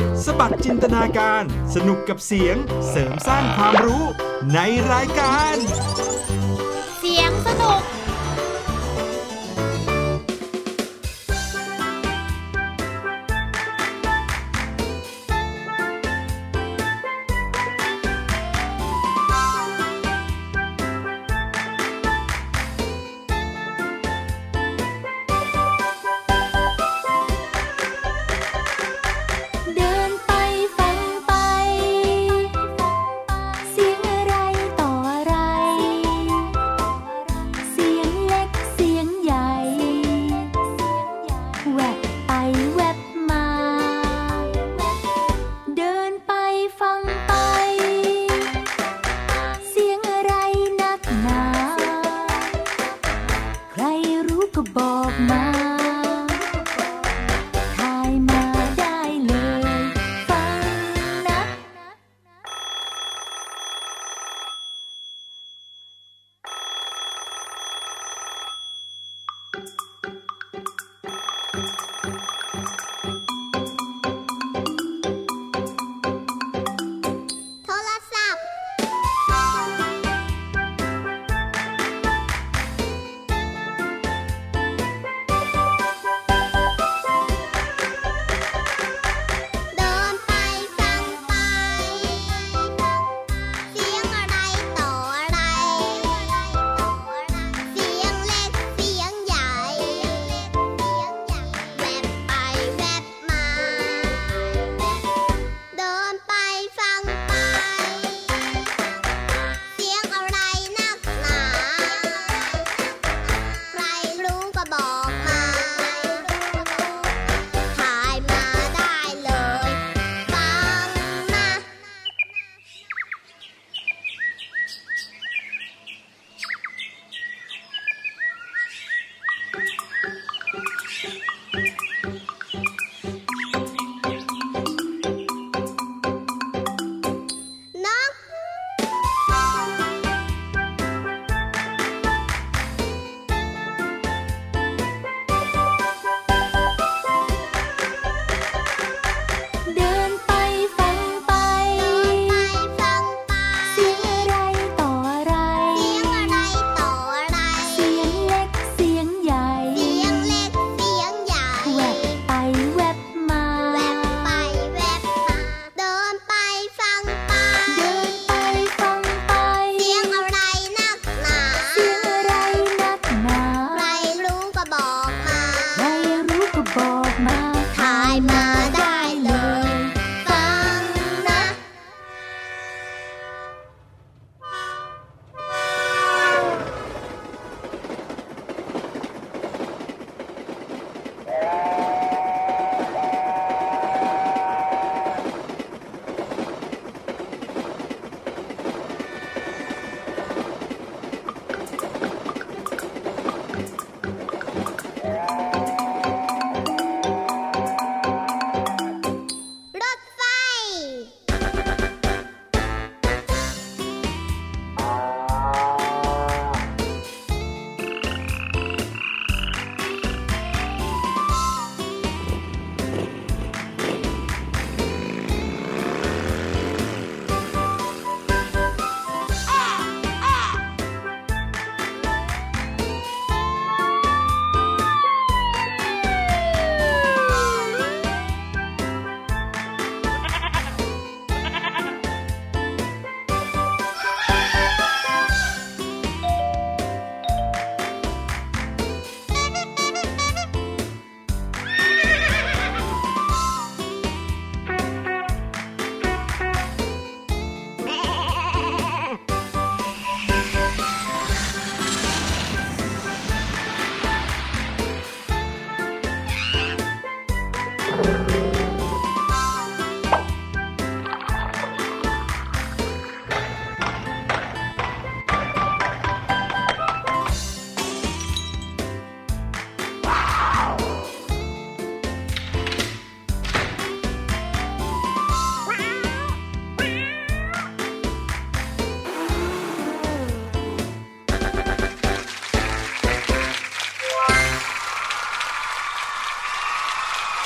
สบัดจินตนาการสนุกกับเสียงเสริมสร้างความรู้ในรายการเสียงสนุก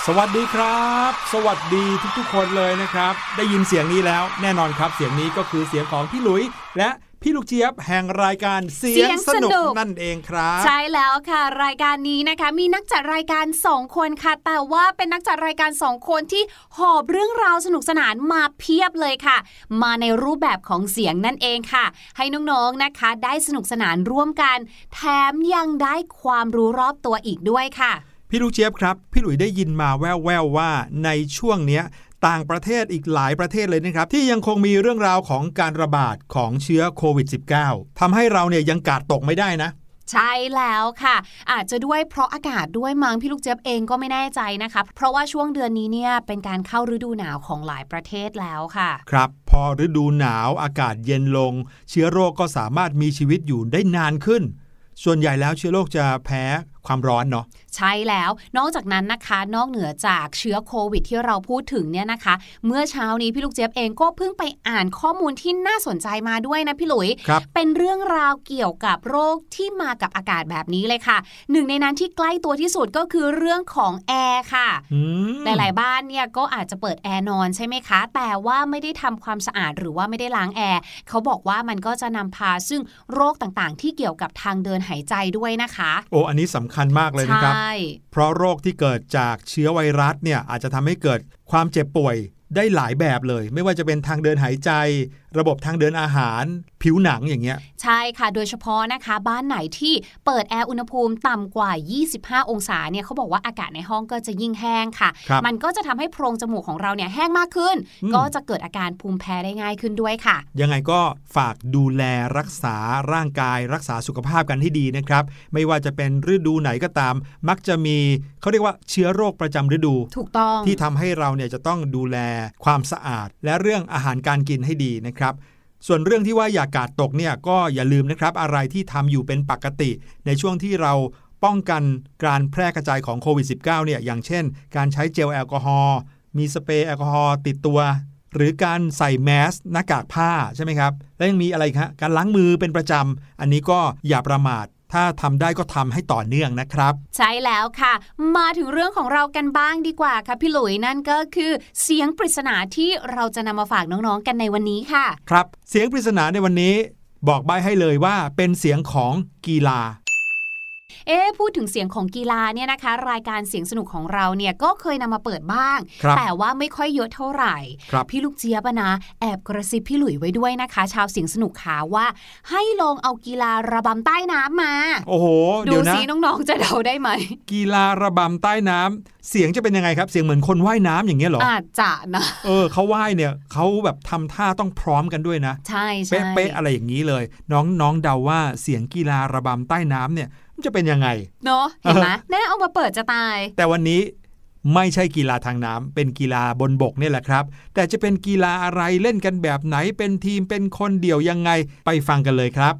สวัสดีครับสวัสดีทุกๆคนเลยนะครับได้ยินเสียงนี้แล้วแน่นอนครับเสียงนี้ก็คือเสียงของพี่หลุยและพี่ลูกเจี๊ยบแห่งรายการเสียงสนุกนั่นเองครับใช่แล้วค่ะรายการนี้นะคะมีนักจัดรายการ2คนค่ะแต่ว่าเป็นนักจัดรายการ2คนที่หอบเรื่องราวสนุกสนานมาเพียบเลยค่ะมาในรูปแบบของเสียงนั่นเองค่ะให้น้องๆนะคะได้สนุกสนานร่วมกันแถมยังได้ความรู้รอบตัวอีกด้วยค่ะพี่ลูกเจี๊ยบครับพี่หลุยได้ยินมาแว่วๆว่าในช่วงเนี้ยต่างประเทศอีกหลายประเทศเลยนะครับที่ยังคงมีเรื่องราวของการระบาดของเชื้อโควิด -19 ทำให้เราเนี่ยยังกาดตกไม่ได้นะใช่แล้วค่ะอาจจะด้วยเพราะอากาศด้วยมั้งพี่ลูกเจี๊ยบเองก็ไม่แน่ใจนะคะเพราะว่าช่วงเดือนนี้เนี่ยเป็นการเข้าฤดูหนาวของหลายประเทศแล้วค่ะครับพอฤดูหนาวอากาศเย็นลงเชื้อโรคก็สามารถมีชีวิตอยู่ได้นานขึ้นส่วนใหญ่แล้วเชื้อโรคจะแพ้ความร้อนเนาะใช่แล้วนอกจากนั้นนะคะนอกเหนือจากเชื้อโควิดที่เราพูดถึงเนี่ยนะคะเมื่อเช้านี้พี่ลูกเจี๊ยบเองก็เพิ่งไปอ่านข้อมูลที่น่าสนใจมาด้วยนะพี่หลุยเป็นเรื่องราวเกี่ยวกับโรคที่มากับอากาศแบบนี้เลยค่ะหนึ่งในนั้นที่ใกล้ตัวที่สุดก็คือเรื่องของแอร์ค่ะหลายๆบ้านเนี่ยก็อาจจะเปิดแอร์นอนใช่ไหมคะแต่ว่าไม่ได้ทำความสะอาดหรือว่าไม่ได้ล้างแอร์เขาบอกว่ามันก็จะนำพาซึ่งโรคต่างๆที่เกี่ยวกับทางเดินหายใจด้วยนะคะโอ้อันนี้สำคัญมากเลยนะครับเพราะโรคที่เกิดจากเชื้อไวรัสเนี่ยอาจจะทำให้เกิดความเจ็บป่วยได้หลายแบบเลยไม่ว่าจะเป็นทางเดินหายใจระบบทางเดินอาหารผิวหนังอย่างเงี้ยใช่ค่ะโดยเฉพาะนะคะบ้านไหนที่เปิดแอร์อุณหภูมิต่ำกว่า25องศาเนี่ยเขาบอกว่าอากาศในห้องก็จะยิ่งแห้งค่ะมันก็จะทำให้โพรงจมูกของเราเนี่ยแห้งมากขึ้นก็จะเกิดอาการภูมิแพ้ได้ง่ายขึ้นด้วยค่ะยังไงก็ฝากดูแลรักษาร่างกายรักษาสุขภาพกันให้ดีนะครับไม่ว่าจะเป็นฤดูไหนก็ตามมักจะมีเขาเรียกว่าเชื้อโรคประจำฤดูถูกต้องที่ทำให้เราเนี่ยจะต้องดูแลความสะอาดและเรื่องอาหารการกินให้ดีนะครับส่วนเรื่องที่ว่าอย่ากาดตกเนี่ยก็อย่าลืมนะครับอะไรที่ทำอยู่เป็นปกติในช่วงที่เราป้องกันการแพร่กระจายของโควิด -19 เนี่ยอย่างเช่นการใช้เจลแอลกอฮอล์มีสเปรย์แอลกอฮอล์ติดตัวหรือการใส่แมสหน้ากากผ้าใช่ไหมครับและยังมีอะไรครับการล้างมือเป็นประจำอันนี้ก็อย่าประมาทถ้าทำได้ก็ทำให้ต่อเนื่องนะครับใช่แล้วค่ะมาถึงเรื่องของเรากันบ้างดีกว่าค่ะพี่หลุยนั่นก็คือเสียงปริศนาที่เราจะนำมาฝากน้องๆกันในวันนี้ค่ะครับเสียงปริศนาในวันนี้บอกใบ้ให้เลยว่าเป็นเสียงของกีฬาพูดถึงเสียงของกีฬาเนี่ยนะคะรายการเสียงสนุกของเราเนี่ยก็เคยนำมาเปิดบ้างแต่ว่าไม่ค่อยเยอะเท่าไหร่พี่ลูกเจี๊ยบนะแอบกระซิบพี่หลุยไว้ด้วยนะคะชาวเสียงสนุกขาว่าให้ลองเอากีฬาระบำใต้น้ำมาโอ้โหดูสิน้องๆจะเดาได้ไหมกีฬาระบำใต้น้ำเสียงจะเป็นยังไงครับเสียงเหมือนคนว่ายน้ำอย่างเงี้ยหรออาจจะนะเขาว่ายเนี่ยเขาแบบทำท่าต้องพร้อมกันด้วยนะใช่เป๊ะๆอะไรอย่างนี้เลยน้องเดาว่าเสียงกีฬาระบำใต้น้ำเนี่ยจะเป็นยังไงเนาะเห็นไหมแน่เอามาเปิดจะตายแต่วันนี้ไม่ใช่กีฬาทางน้ำเป็นกีฬาบนบกนี่แหละครับแต่จะเป็นกีฬาอะไรเล่นกันแบบไหนเป็นทีมเป็นคนเดี่ยวยังไงไปฟังกันเลยครับ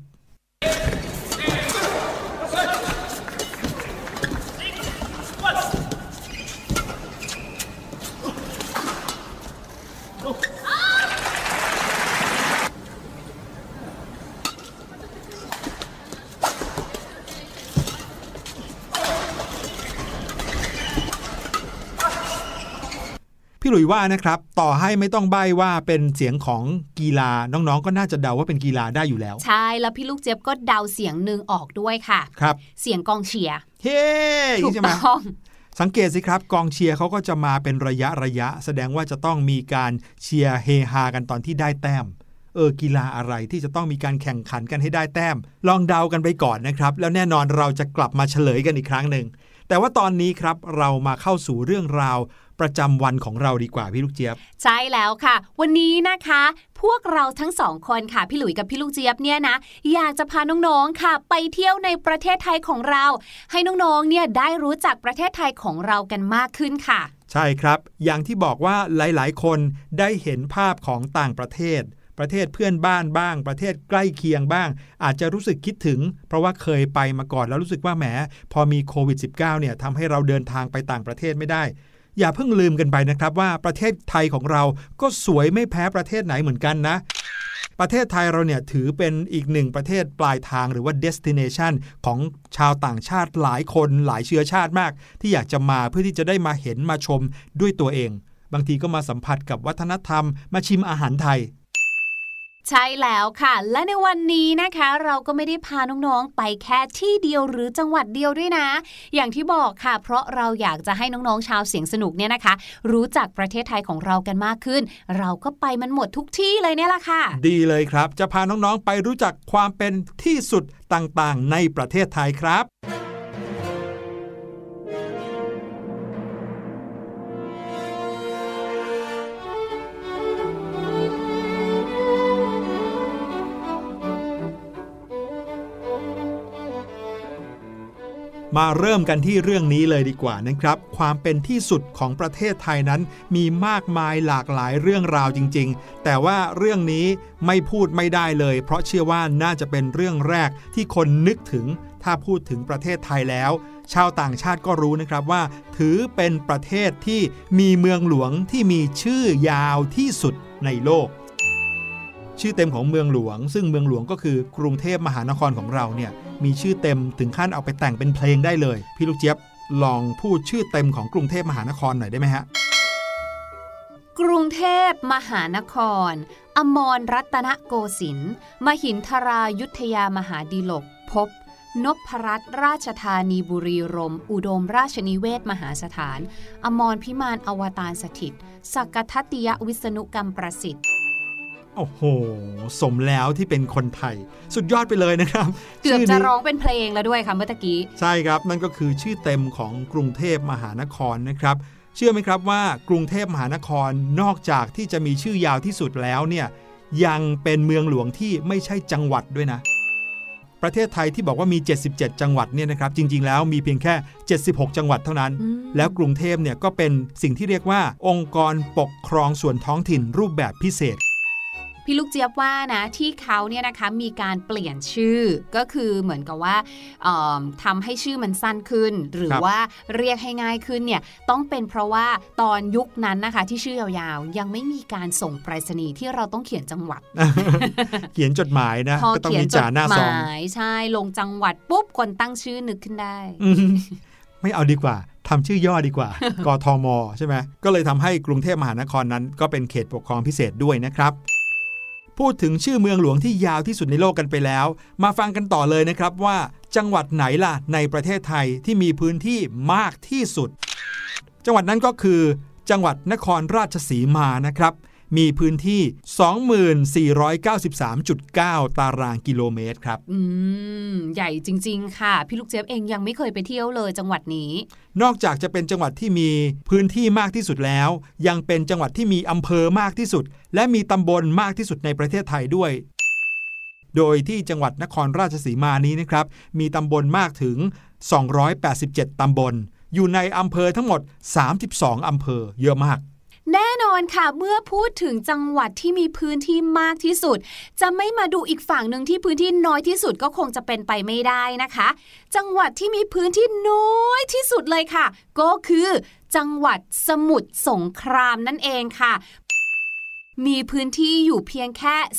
พี่หลุยว่านะครับต่อให้ไม่ต้องใบ้ว่าเป็นเสียงของกีฬาน้องๆก็น่าจะเดาว่าเป็นกีฬาได้อยู่แล้วใช่แล้วพี่ลูกเจี๊ยบก็เดาเสียงนึงออกด้วยค่ะครับเสียงกองเชียร์เฮ้ถูกต้องสังเกตสิครับกองเชียร์เขาก็จะมาเป็นระยะแสดงว่าจะต้องมีการเชียร์เฮฮากันตอนที่ได้แต้มกีฬาอะไรที่จะต้องมีการแข่งขันกันให้ได้แต้มลองเดากันไปก่อนนะครับแล้วแน่นอนเราจะกลับมาเฉลยกันอีกครั้งนึงแต่ว่าตอนนี้ครับเรามาเข้าสู่เรื่องราวประจำวันของเราดีกว่าพี่ลูกเจี๊ยบใช่แล้วค่ะวันนี้นะคะพวกเราทั้งสองคนค่ะพี่หลุยกับพี่ลูกเจี๊ยบเนี่ยนะอยากจะพาน้องๆค่ะไปเที่ยวในประเทศไทยของเราให้น้องๆเนี่ยได้รู้จักประเทศไทยของเรากันมากขึ้นค่ะใช่ครับอย่างที่บอกว่าหลายๆคนได้เห็นภาพของต่างประเทศเพื่อนบ้านบ้างประเทศใกล้เคียงบ้างอาจจะรู้สึกคิดถึงเพราะว่าเคยไปมาก่อนแล้วรู้สึกว่าแหมพอมีโควิด -19 เนี่ยทำให้เราเดินทางไปต่างประเทศไม่ได้อย่าเพิ่งลืมกันไปนะครับว่าประเทศไทยของเราก็สวยไม่แพ้ประเทศไหนเหมือนกันนะประเทศไทยเราเนี่ยถือเป็นอีกหนึ่งประเทศปลายทางหรือว่า destination ของชาวต่างชาติหลายคนหลายเชื้อชาติมากที่อยากจะมาเพื่อที่จะได้มาเห็นมาชมด้วยตัวเองบางทีก็มาสัมผัสกับวัฒนธรรมมาชิมอาหารไทยใช่แล้วค่ะและในวันนี้นะคะเราก็ไม่ได้พาน้องๆไปแค่ที่เดียวหรือจังหวัดเดียวด้วยนะอย่างที่บอกค่ะเพราะเราอยากจะให้น้องๆชาวเสียงสนุกเนี่ยนะคะรู้จักประเทศไทยของเรากันมากขึ้นเราก็ไปมันหมดทุกที่เลยเนี่ยแหละค่ะดีเลยครับจะพาน้องๆไปรู้จักความเป็นที่สุดต่างๆในประเทศไทยครับมาเริ่มกันที่เรื่องนี้เลยดีกว่านะครับความเป็นที่สุดของประเทศไทยนั้นมีมากมายหลากหลายเรื่องราวจริงๆแต่ว่าเรื่องนี้ไม่พูดไม่ได้เลยเพราะเชื่อว่าน่าจะเป็นเรื่องแรกที่คนนึกถึงถ้าพูดถึงประเทศไทยแล้วชาวต่างชาติก็รู้นะครับว่าถือเป็นประเทศที่มีเมืองหลวงที่มีชื่อยาวที่สุดในโลกชื่อเต็มของเมืองหลวงซึ่งเมืองหลวงก็คือกรุงเทพมหานครของเราเนี่ยมีชื่อเต็มถึงขั้นเอาไปแต่งเป็นเพลงได้เลยพี่ลูกเจี๊ยบลองพูดชื่อเต็มของกรุงเทพมหานครหน่อยได้ไหมฮะกรุงเทพมหานครอมรรัตนโกสินทร์มหินทรายุทธยามหาดิลกภพนพรัตน์ราชธานีบุรีรมย์อุดมราชนิเวศมหาสถานอมรพิมานอวตารสถิตสักกทัตติยวิษณุกรรมประสิทธิ์โอ้โหสมแล้วที่เป็นคนไทยสุดยอดไปเลยนะครับเกือบจะร้องเป็นเพลงแล้วด้วยค่ะเมื่อกี้ใช่ครับนั่นก็คือชื่อเต็มของกรุงเทพมหานครนะครับเชื่อไหมครับว่ากรุงเทพมหานครนอกจากที่จะมีชื่อยาวที่สุดแล้วเนี่ยยังเป็นเมืองหลวงที่ไม่ใช่จังหวัดด้วยนะประเทศไทยที่บอกว่ามี77จังหวัดเนี่ยนะครับจริงๆแล้วมีเพียงแค่76จังหวัดเท่านั้นแล้วกรุงเทพเนี่ยก็เป็นสิ่งที่เรียกว่าองค์กรปกครองส่วนท้องถิ่นรูปแบบพิเศษพี่ลูกเจี๊ยบว่านะที่เขาเนี่ยนะคะมีการเปลี่ยนชื่อก็คือเหมือนกับว่าทำให้ชื่อมันสั้นขึ้นหรือว่าเรียกให้ง่ายขึ้นเนี่ยต้องเป็นเพราะว่าตอนยุคนั้นนะคะที่ชื่อยาวๆยังไม่มีการส่งไปรษณีย์ที่เราต้องเขียนจังหวัดเขียนจดหมายนะก็ต้องมีจ่าหน้าซองใช่ลงจังหวัดปุ๊บคนตั้งชื่อนึกขึ้นได้ไม่เอาดีกว่าทำชื่อย่อดีกว่า กทม.ใช่ไหมก็เลยทำให้กรุงเทพมหานครนั้นก็เป็นเขตปกครองพิเศษด้วยนะครับพูดถึงชื่อเมืองหลวงที่ยาวที่สุดในโลกกันไปแล้วมาฟังกันต่อเลยนะครับว่าจังหวัดไหนล่ะในประเทศไทยที่มีพื้นที่มากที่สุดจังหวัดนั้นก็คือจังหวัดนครราชสีมานะครับมีพื้นที่ 2493.9 ตารางกิโลเมตรครับใหญ่จริงๆค่ะพี่ลูกเจี๊ยบเองยังไม่เคยไปเที่ยวเลยจังหวัดนี้นอกจากจะเป็นจังหวัดที่มีพื้นที่มากที่สุดแล้วยังเป็นจังหวัดที่มีอำเภอมากที่สุดและมีตำบลมากที่สุดในประเทศไทยด้วยโดยที่จังหวัดนครราชสีมานี้นะครับมีตำบลมากถึง287ตำบลอยู่ในอำเภอทั้งหมด32อำเภอเยอะมากแน่นอนค่ะเมื่อพูดถึงจังหวัดที่มีพื้นที่มากที่สุดจะไม่มาดูอีกฝั่งหนึ่งที่พื้นที่น้อยที่สุดก็คงจะเป็นไปไม่ได้นะคะจังหวัดที่มีพื้นที่น้อยที่สุดเลยค่ะก็คือจังหวัดสมุทรสงครามนั่นเองค่ะมีพื้นที่อยู่เพียงแค่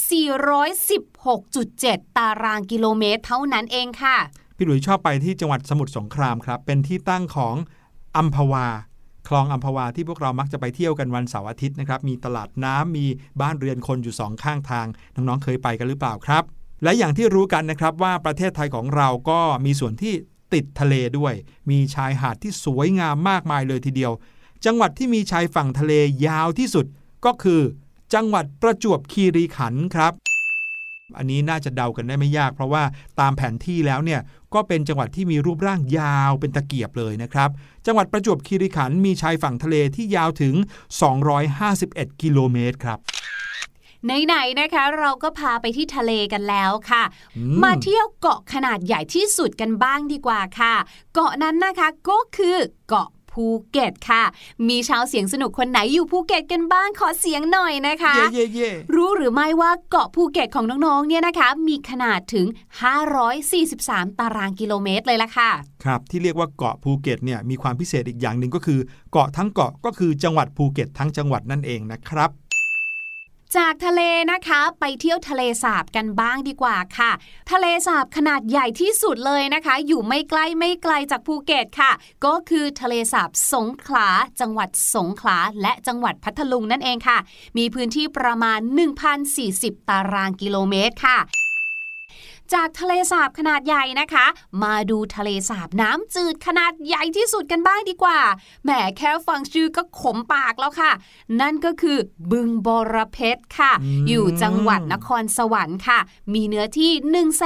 416.7 ตารางกิโลเมตรเท่านั้นเองค่ะพี่หลุยชอบไปที่จังหวัดสมุทรสงครามครับเป็นที่ตั้งของอัมพวาคลองอัมพวาที่พวกเรามักจะไปเที่ยวกันวันเสาร์อาทิตย์นะครับมีตลาดน้ำมีบ้านเรือนคนอยู่2ข้างทางน้องๆเคยไปกันหรือเปล่าครับและอย่างที่รู้กันนะครับว่าประเทศไทยของเราก็มีส่วนที่ติดทะเลด้วยมีชายหาดที่สวยงามมากมายเลยทีเดียวจังหวัดที่มีชายฝั่งทะเลยาวที่สุดก็คือจังหวัดประจวบคีรีขันธ์ครับอันนี้น่าจะเดากันได้ไม่ยากเพราะว่าตามแผนที่แล้วเนี่ยก็เป็นจังหวัดที่มีรูปร่างยาวเป็นตะเกียบเลยนะครับจังหวัดประจวบคีรีขันธ์มีชายฝั่งทะเลที่ยาวถึง251กิโลเมตรครับไหนๆนะคะเราก็พาไปที่ทะเลกันแล้วค่ะมาเที่ยวเกาะขนาดใหญ่ที่สุดกันบ้างดีกว่าค่ะเกาะนั้นนะคะก็คือเกาะภูเก็ตค่ะมีชาวเสียงสนุกคนไหนอยู่ภูเก็ตกันบ้างขอเสียงหน่อยนะคะรู้หรือไม่ว่าเกาะภูเก็ตของน้องๆเนี่ยนะคะมีขนาดถึง543ตารางกิโลเมตรเลยล่ะค่ะครับที่เรียกว่าเกาะภูเก็ตเนี่ยมีความพิเศษอีกอย่างหนึ่งก็คือเกาะทั้งเกาะก็คือจังหวัดภูเก็ตทั้งจังหวัดนั่นเองนะครับจากทะเลนะคะไปเที่ยวทะเลสาบกันบ้างดีกว่าค่ะทะเลสาบขนาดใหญ่ที่สุดเลยนะคะอยู่ไม่ไกลจากภูเก็ตค่ะก็คือทะเลสาบสงขลาจังหวัดสงขลาและจังหวัดพัทลุงนั่นเองค่ะมีพื้นที่ประมาณ 1,040 ตารางกิโลเมตรค่ะจากทะเลสาบขนาดใหญ่นะคะมาดูทะเลสาบน้ำจืดขนาดใหญ่ที่สุดกันบ้างดีกว่าแหมแค่ฟังชื่อก็ขมปากแล้วค่ะนั่นก็คือบึงบรเพชรค่ะอยู่จังหวัดนครสวรรค์ค่ะมีเนื้อที่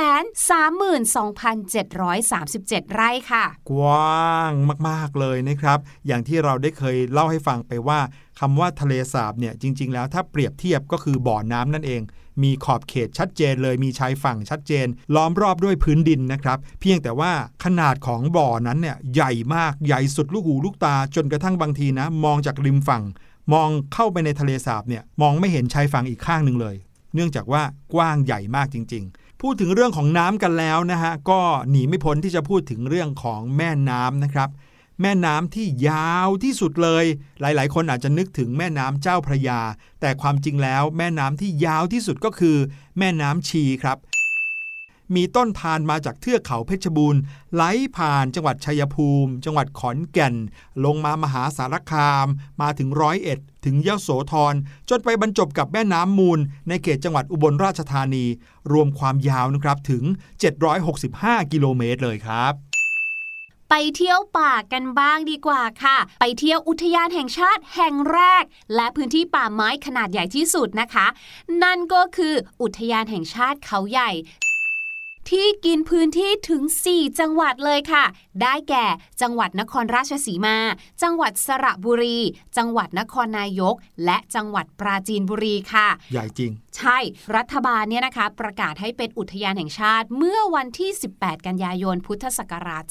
132,737 ไร่ค่ะกว้างมากๆเลยนะครับอย่างที่เราได้เคยเล่าให้ฟังไปว่าคำว่าทะเลสาบเนี่ยจริงๆแล้วถ้าเปรียบเทียบก็คือบ่อน้ำนั่นเองมีขอบเขตชัดเจนเลยมีชายฝั่งชัดเจนล้อมรอบด้วยพื้นดินนะครับเพียงแต่ว่าขนาดของบ่อนั้นเนี่ยใหญ่มากใหญ่สุดลูกหูลูกตาจนกระทั่งบางทีนะมองจากริมฝั่งมองเข้าไปในทะเลสาบเนี่ยมองไม่เห็นชายฝั่งอีกข้างนึงเลยเนื่องจากว่ากว้างใหญ่มากจริงๆพูดถึงเรื่องของน้ำกันแล้วนะฮะก็หนีไม่พ้นที่จะพูดถึงเรื่องของแม่น้ำนะครับแม่น้ำที่ยาวที่สุดเลยหลายๆคนอาจจะนึกถึงแม่น้ำเจ้าพระยาแต่ความจริงแล้วแม่น้ำที่ยาวที่สุดก็คือแม่น้ำชีครับมีต้นทานมาจากเทือกเขาเพชรบูรณ์ไหลผ่านจังหวัดชัยภูมิจังหวัดขอนแก่นลงมามหาสารคามมาถึง101ถึงยโสธรจนไปบรรจบกับแม่น้ำมูลในเขตจังหวัดอุบลราชธานีรวมความยาวนะครับถึง765กิโลเมตรเลยครับไปเที่ยวป่ากันบ้างดีกว่าค่ะไปเที่ยวอุทยานแห่งชาติแห่งแรกและพื้นที่ป่าไม้ขนาดใหญ่ที่สุดนะคะนั่นก็คืออุทยานแห่งชาติเขาใหญ่ที่กินพื้นที่ถึง4จังหวัดเลยค่ะได้แก่จังหวัดนครราชสีมาจังหวัดสระบุรีจังหวัดนครนายกและจังหวัดปราจีนบุรีค่ะใหญ่จริงใช่รัฐบาลเนี่ยนะคะประกาศให้เป็นอุทยานแห่งชาติเมื่อวันที่18กันยายนพุทธศักราช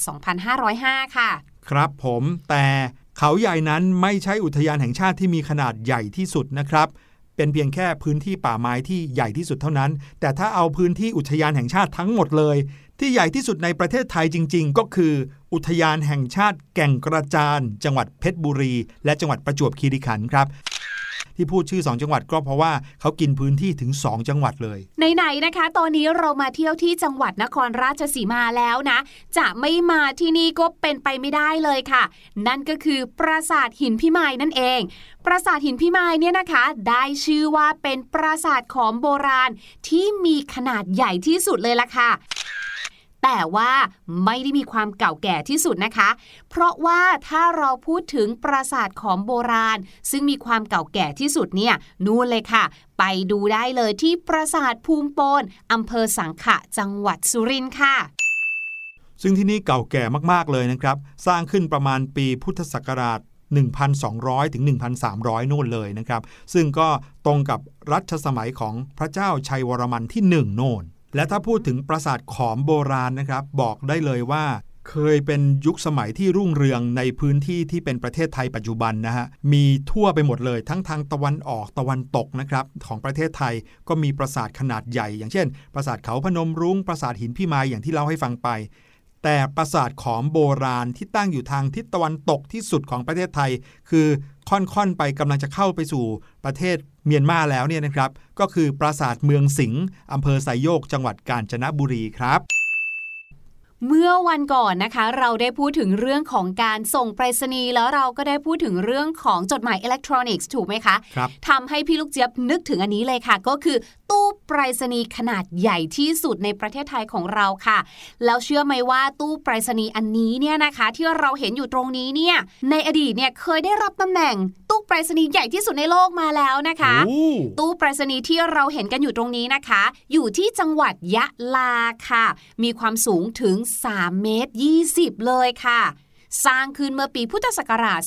2505ค่ะครับผมแต่เขาใหญ่นั้นไม่ใช่อุทยานแห่งชาติที่มีขนาดใหญ่ที่สุดนะครับเป็นเพียงแค่พื้นที่ป่าไม้ที่ใหญ่ที่สุดเท่านั้นแต่ถ้าเอาพื้นที่อุทยานแห่งชาติทั้งหมดเลยที่ใหญ่ที่สุดในประเทศไทยจริงๆก็คืออุทยานแห่งชาติแก่งกระจานจังหวัดเพชรบุรีและจังหวัดประจวบคีรีขันธ์ครับที่พูดชื่อ2จังหวัดก็เพราะว่าเขากินพื้นที่ถึง2จังหวัดเลยไหนๆนะคะตอนนี้เรามาเที่ยวที่จังหวัดนครราชสีมาแล้วนะจะไม่มาที่นี่ก็เป็นไปไม่ได้เลยค่ะนั่นก็คือปราสาทหินพิมายนั่นเองปราสาทหินพิมายเนี่ยนะคะได้ชื่อว่าเป็นปราสาทขอมโบราณที่มีขนาดใหญ่ที่สุดเลยล่ะค่ะแต่ว่าไม่ได้มีความเก่าแก่ที่สุดนะคะเพราะว่าถ้าเราพูดถึงปราสาทขอมโบราณซึ่งมีความเก่าแก่ที่สุดเนี่ยนู่นเลยค่ะไปดูได้เลยที่ปราสาทภูมิโปนอำเภอสังขะจังหวัดสุรินทร์ค่ะซึ่งที่นี่เก่าแก่มากๆเลยนะครับสร้างขึ้นประมาณปีพุทธศักราช1,200 ถึง 1,300 นู่นเลยนะครับซึ่งก็ตรงกับรัชสมัยของพระเจ้าชัยวรมันที่1โน่นและถ้าพูดถึงปราสาทขอมโบราณนะครับบอกได้เลยว่าเคยเป็นยุคสมัยที่รุ่งเรืองในพื้นที่ที่เป็นประเทศไทยปัจจุบันนะฮะมีทั่วไปหมดเลยทั้งทางตะวันออกตะวันตกนะครับของประเทศไทยก็มีปราสาทขนาดใหญ่อย่างเช่นปราสาทเขาพนมรุ้งปราสาทหินพิมายอย่างที่เล่าให้ฟังไปแต่ปราสาทขอมโบราณที่ตั้งอยู่ทางทิศตะวันตกที่สุดของประเทศไทยคือค่อนๆไปกำลังจะเข้าไปสู่ประเทศเมียนมาแล้วเนี่ยนะครับก็คือปราสาทเมืองสิงห์อำเภอไซโยกจังหวัดกาญจนบุรีครับเมื่อวันก่อนนะคะเราได้พูดถึงเรื่องของการส่งไปรษณีย์แล้วเราก็ได้พูดถึงเรื่องของจดหมายอิเล็กทรอนิกส์ถูกไหมคะครับทำให้พี่ลูกเจี๊ยบนึกถึงอันนี้เลยค่ะก็คือตู้ไปรษณีย์ขนาดใหญ่ที่สุดในประเทศไทยของเราค่ะแล้วเชื่อไหมว่าตู้ไปรษณีย์อันนี้เนี่ยนะคะที่เราเห็นอยู่ตรงนี้เนี่ยในอดีตเนี่ยเคยได้รับตำแหน่งตู้ไปรษณีย์ใหญ่ที่สุดในโลกมาแล้วนะคะตู้ไปรษณีย์ที่เราเห็นกันอยู่ตรงนี้นะคะอยู่ที่จังหวัดยะลาค่ะมีความสูงถึง3.20 เมตรเลยค่ะสร้างขึ้นเมื่อปีพุทธศักราช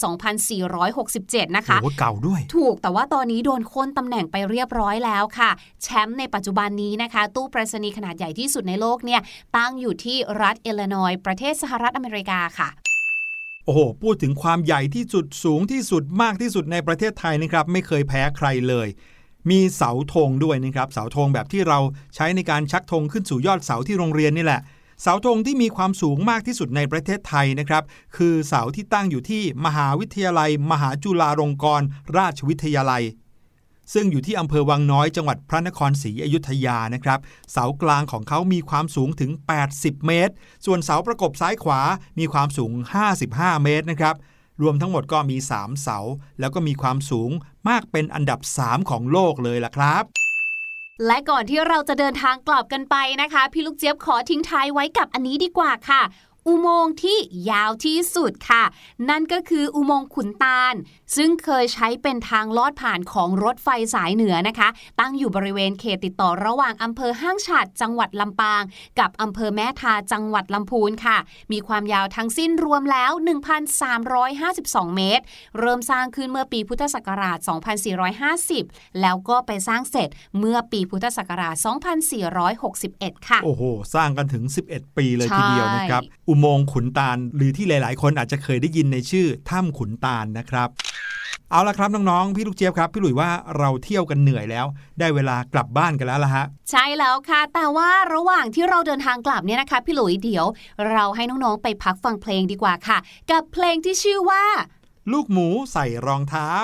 2467นะคะโอ้เก่าด้วยถูกแต่ว่าตอนนี้โดนโค่นตำแหน่งไปเรียบร้อยแล้วค่ะแชมป์ในปัจจุบันนี้นะคะตู้ไปรษณีย์ขนาดใหญ่ที่สุดในโลกเนี่ยตั้งอยู่ที่รัฐอิลลินอยส์ประเทศสหรัฐอเมริกาค่ะโอ้โหพูดถึงความใหญ่ที่สุดสูงที่สุดมากที่สุดในประเทศไทยนะครับไม่เคยแพ้ใครเลยมีเสาธงด้วยนะครับเสาธงแบบที่เราใช้ในการชักธงขึ้นสู่ยอดเสาที่โรงเรียนนี่แหละเสาธงที่มีความสูงมากที่สุดในประเทศไทยนะครับคือเสาที่ตั้งอยู่ที่มหาวิทยาลัยมหาจุฬาลงกรณราชวิทยาลัยซึ่งอยู่ที่อำเภอวังน้อยจังหวัดพระนครศรีอยุธยานะครับเสากลางของเขามีความสูงถึง80เมตรส่วนเสาประกบซ้ายขวามีความสูง55เมตรนะครับรวมทั้งหมดก็มี3เสาแล้วก็มีความสูงมากเป็นอันดับ3ของโลกเลยล่ะครับและก่อนที่เราจะเดินทางกลับกันไปนะคะพี่ลูกเจี๊ยบขอทิ้งท้ายไว้กับอันนี้ดีกว่าค่ะอุโมงค์ที่ยาวที่สุดค่ะนั่นก็คืออุโมงค์ขุนตาลซึ่งเคยใช้เป็นทางลอดผ่านของรถไฟสายเหนือนะคะตั้งอยู่บริเวณเขตติดต่อระหว่างอำเภอห้างฉัตรจังหวัดลำปางกับอำเภอแม่ทาจังหวัดลำพูนค่ะมีความยาวทั้งสิ้นรวมแล้ว 1,352 เมตรเริ่มสร้างขึ้นเมื่อปีพุทธศักราช 2450 แล้วก็ไปสร้างเสร็จเมื่อปีพุทธศักราช 2461 ค่ะโอ้โหสร้างกันถึง11ปีเลยทีเดียวนะครับอุโมงค์ขุนตาลหรือที่หลายๆคนอาจจะเคยได้ยินในชื่อถ้ำขุนตาลนะครับเอาละครับน้องๆพี่ลูกเจี๊ยบครับพี่หลุยว่าเราเที่ยวกันเหนื่อยแล้วได้เวลากลับบ้านกันแล้วล่ะฮะใช่แล้วค่ะแต่ว่าระหว่างที่เราเดินทางกลับเนี่ยนะคะพี่หลุยเดี๋ยวเราให้น้องๆไปพักฟังเพลงดีกว่าค่ะกับเพลงที่ชื่อว่าลูกหมูใส่รองเท้า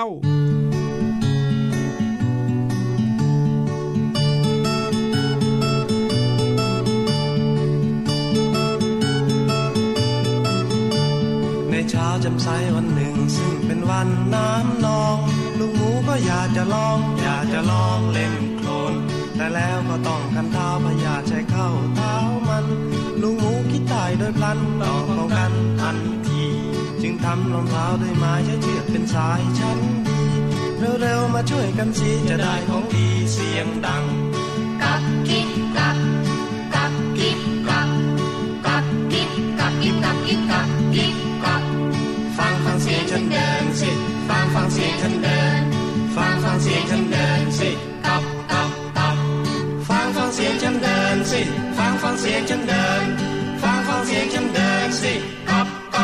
เช้าจำใสวันหนึ่งซึ่งเป็นวันน้ำนองลูกหมูก็อยากจะลองเล่นโคลนแต่แล้วก็ต้องกันเท้าพยาธิใช้เข้าเท้ามันลูกหมูคิดตายโดยพลันต้องป้องกันทันทีจึงทำรองเท้าด้วยไม้ใช้เชือกเป็นสายชั้นดีเร็วๆมาช่วยกันสิจะได้ของดีเสียงดังกับกิ๊บกับกับกิ๊บกับกับกิ๊บกับกิ๊บกับกิ๊บกับกิ๊บกับฟังเสียงฉันเดินสิฟังเสียงฉันเดินฟังเสียงฉันเดินสิกับฟังเสียงฉันเดินสิฟังเสียงฉันเดินฟังเสียงฉันเดินสิกับ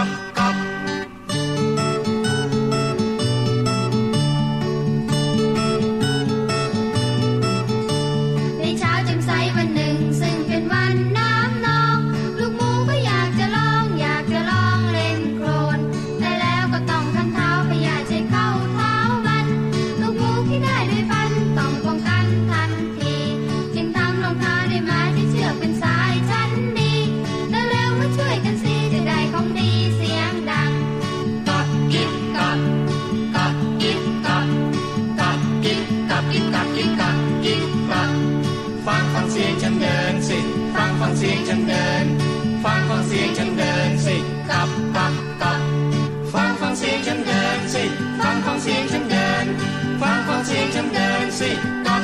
ในเช้าแจ่มใสวันหนึ่งซึ่งเป็นวันน้ำนองลูกหมูก็อยากจะลองเล่นโคลนแต่แล้วก็ต้องคันเท้าพยาธิใช้เข้าเท้ามันลูกหมูที่ได้ด้วยฟันต้องป้องกันทันทีจึงทำรองเท้าด้วยไม้ที่เชือกเป็นสายชั้นดีเร็วๆมาช่วยกันสิจะได้ของดีเสียงดังกัดกิ๊บกับกิ๊บกับกิ๊บกับกิ๊บกับกิ๊บกับกิ๊บกับฟังเสียงฉันเดินสิฟังเสียงฉันเดินฟังเสียงฉันเดินสิกับฟังเสียงฉันเดินสิฟังเสียงฉันเดินฟังเสียงฉันเดินสิกับ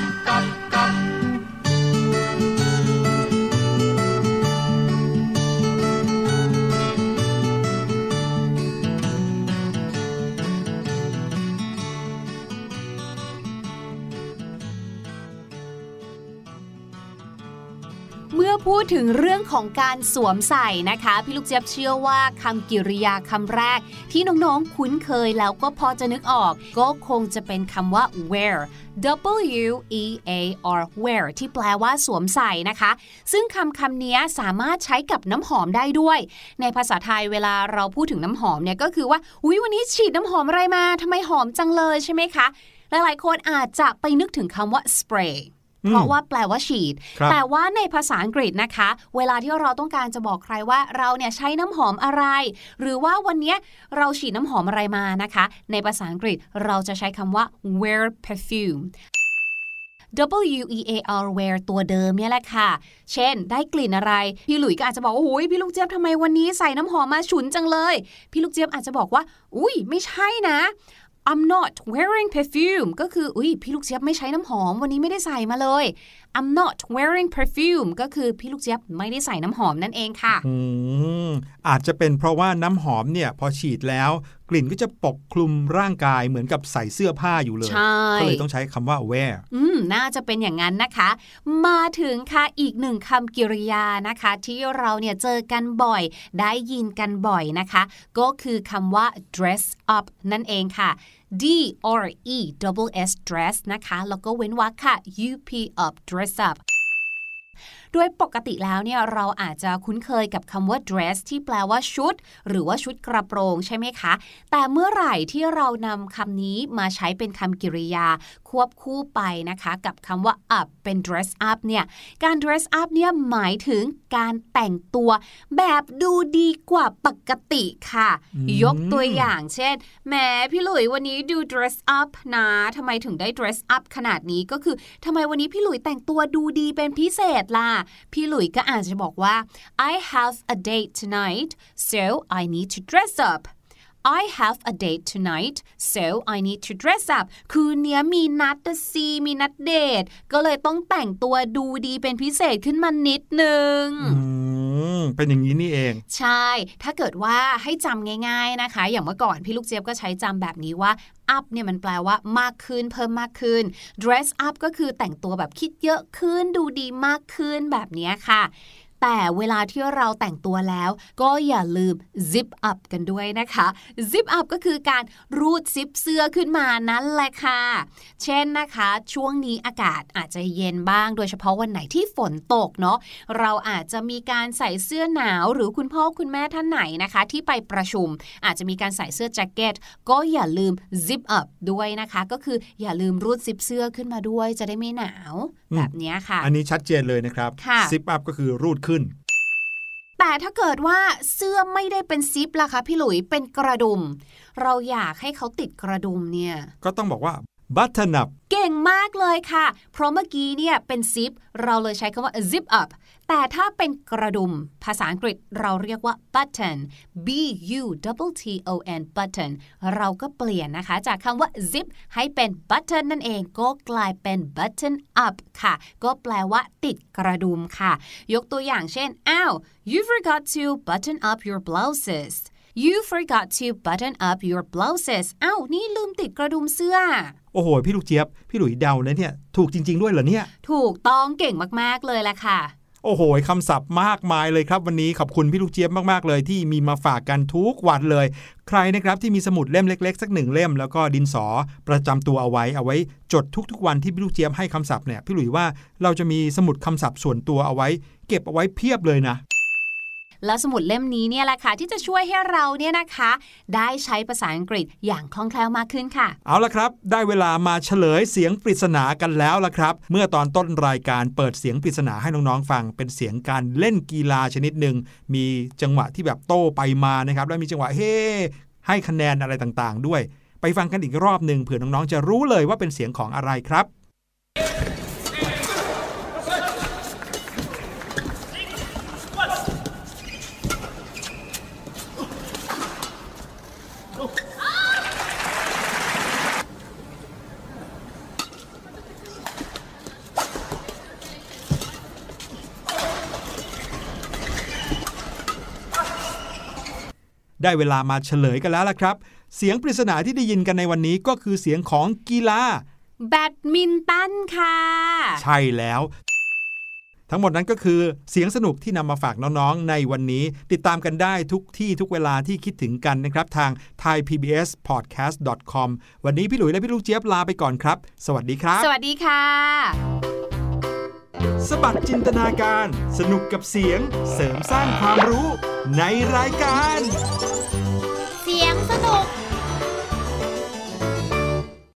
เมื่อพูดถึงเรื่องของการสวมใส่นะคะพี่ลูกเจี๊ยบเชื่อว่าคำกริยาคำแรกที่น้องๆคุ้นเคยแล้วก็พอจะนึกออกก็คงจะเป็นคำว่า wear W-E-A-R wear ที่แปลว่าสวมใส่นะคะซึ่งคำนี้สามารถใช้กับน้ำหอมได้ด้วยในภาษาไทยเวลาเราพูดถึงน้ำหอมเนี่ยก็คือว่าอุ๊ยวันนี้ฉีดน้ำหอมอะไรมาทำไมหอมจังเลยใช่ไหมคะหลายๆคนอาจจะไปนึกถึงคำว่า sprayเพราะว่าแปลว่าฉีดแต่ว่าในภาษาอังกฤษนะคะเวลาที่เราต้องการจะบอกใครว่าเราเนี่ยใช้น้ำหอมอะไรหรือว่าวันนี้เราฉีดน้ำหอมอะไรมานะคะในภาษาอังกฤษเราจะใช้คำว่า wear perfume W-E-A-R wear ตัวเดิมเนี่ยแหละค่ะเช่นได้กลิ่นอะไรพี่หลุยก็อาจจะบอกว่าโอ้ยพี่ลูกเจี๊ยบทำไมวันนี้ใส่น้ำหอมมาฉุนจังเลยพี่ลูกเจี๊ยบอาจจะบอกว่าอุ้ยไม่ใช่นะI'm not wearing perfume ก็คือพี่ลูกเจี๊ยบไม่ใช้น้ำหอมวันนี้ไม่ได้ใส่มาเลย I'm not wearing perfume ก็คือพี่ลูกเจี๊ยบไม่ได้ใส่น้ำหอมนั่นเองค่ะอาจจะเป็นเพราะว่าน้ำหอมเนี่ยพอฉีดแล้วกลิ่นก็จะปกคลุมร่างกายเหมือนกับใส่เสื้อผ้าอยู่เลยก็เลยต้องใช้คำว่า wear น่าจะเป็นอย่างนั้นนะคะมาถึงค่ะอีกหนึ่งคำกริยานะคะที่เราเนี่ยเจอกันบ่อยได้ยินกันบ่อยนะคะก็คือคำว่า dress up นั่นเองค่ะD-R-E-S-S dress นะคะแล้วก็เว้นวรรคค่ะ U-P up dress up โดยปกติแล้วเนี่ยเราอาจจะคุ้นเคยกับคำว่า dress ที่แปลว่าชุดหรือว่าชุดกระโปรงใช่ไหมคะแต่เมื่อไหร่ที่เรานำคำนี้มาใช้เป็นคำกริยาควบคู่ไปนะคะกับคำว่า up เป็น dress up เนี่ยการ dress up เนี่ยหมายถึงการแต่งตัวแบบดูดีกว่าปกติค่ะยกตัวอย่างเช่นแหมพี่หลุยวันนี้ดู dress up นะทำไมถึงได้ dress up ขนาดนี้ก็คือทำไมวันนี้พี่หลุยแต่งตัวดูดีเป็นพิเศษล่ะพี่หลุยก็อาจจะบอกว่า I have a date tonight so I need to dress up I have a date tonight so I need to dress up คืนนี้มีนัดมีนัดเดทก็เลยต้องแต่งตัวดูดีเป็นพิเศษขึ้นมานิดนึงเป็นอย่างนี้นี่เองใช่ถ้าเกิดว่าให้จำง่ายๆนะคะอย่างเมื่อก่อนพี่ลูกเจี๊ยบก็ใช้จำแบบนี้ว่า up เนี่ยมันแปลว่ามากขึ้นเพิ่มมากขึ้น dress up ก็คือแต่งตัวแบบคิดเยอะขึ้นดูดีมากขึ้นแบบนี้ค่ะแต่เวลาที่เราแต่งตัวแล้วก็อย่าลืม zip up กันด้วยนะคะ zip up ก็คือการรูดซิปเสื้อขึ้นมานั่นแหละค่ะเช่นนะคะช่วงนี้อากาศอาจจะเย็นบ้างโดยเฉพาะวันไหนที่ฝนตกเนาะเราอาจจะมีการใส่เสื้อหนาวหรือคุณพ่อคุณแม่ท่านไหนนะคะที่ไปประชุมอาจจะมีการใส่เสื้อแจ็คเก็ตก็อย่าลืม zip up ด้วยนะคะก็คืออย่าลืมรูดซิปเสื้อขึ้นมาด้วยจะได้ไม่หนาวแบบนี้ค่ะอันนี้ชัดเจนเลยนะครับ zip up ก็คือรูดขึ้นแต่ถ้าเกิดว่าเสื้อไม่ได้เป็นซิปล่ะคะพี่หลุยเป็นกระดุมเราอยากให้เขาติดกระดุมเนี่ยก็ต้องบอกว่า button up เก่งมากเลยค่ะเพราะเมื่อกี้เนี่ยเป็นซิปเราเลยใช้คำว่า zip up แต่ถ้าเป็นกระดุมภาษาอังกฤษเราเรียกว่า button b-u-t-t-o-n button เราก็เปลี่ยนนะคะจากคำว่า zip ให้เป็น button นั่นเองก็กลายเป็น button up ค่ะก็แปลว่าติดกระดุมค่ะยกตัวอย่างเช่นyou forgot to button up your blouses You forgot to button up your blouses นี่ลืมติดกระดุมเสื้อโอ้โหพี่ลูกเจี๊ยบพี่หลุยเดานะเนี่ยถูกจริงๆด้วยเหรอเนี่ยถูกต้องเก่งมากๆเลยล่ะค่ะโอ้โหคำศัพท์มากมายเลยครับวันนี้ขอบคุณพี่ลูกเจี๊ยบมากๆเลยที่มีมาฝากกันทุกวันเลยใครนะครับที่มีสมุดเล่มเล็กๆสัก1เล่มแล้วก็ดินสอประจำตัวเอาไว้จดทุกๆวันที่พี่ลูกเจี๊ยบให้คำศัพท์เนี่ยพี่หลุยว่าเราจะมีสมุดคำศัพท์ส่วนตัวเอาไว้เก็บเอาไว้เพียบเลยนะแล้วสมุดเล่มนี้เนี่ยแหละค่ะที่จะช่วยให้เราเนี่ยนะคะได้ใช้ภาษาอังกฤษอย่างคล่องแคล่วมากขึ้นค่ะเอาละครับได้เวลามาเฉลยเสียงปริศนากันแล้วละครับเมื่อตอนต้นรายการเปิดเสียงปริศนาให้น้องๆฟังเป็นเสียงการเล่นกีฬาชนิดหนึ่งมีจังหวะที่แบบโต้ไปมานะครับแล้วมีจังหวะเฮ้ให้คะแนนอะไรต่างๆด้วยไปฟังกันอีกรอบนึงเผื่อน้องๆจะรู้เลยว่าเป็นเสียงของอะไรครับได้เวลามาเฉลยกันแล้วล่ะครับเสียงปริศนาที่ได้ยินกันในวันนี้ก็คือเสียงของกีฬาแบดมินตันค่ะใช่แล้วทั้งหมดนั้นก็คือเสียงสนุกที่นำมาฝากน้องๆในวันนี้ติดตามกันได้ทุกที่ทุกเวลาที่คิดถึงกันนะครับทาง thaipbspodcast.com วันนี้พี่หลุยและพี่ลูกเจี๊ยบลาไปก่อนครับสวัสดีครับสวัสดีค่ะสบัดจินตนาการสนุกกับเสียงเสริมสร้างความรู้ในรายการ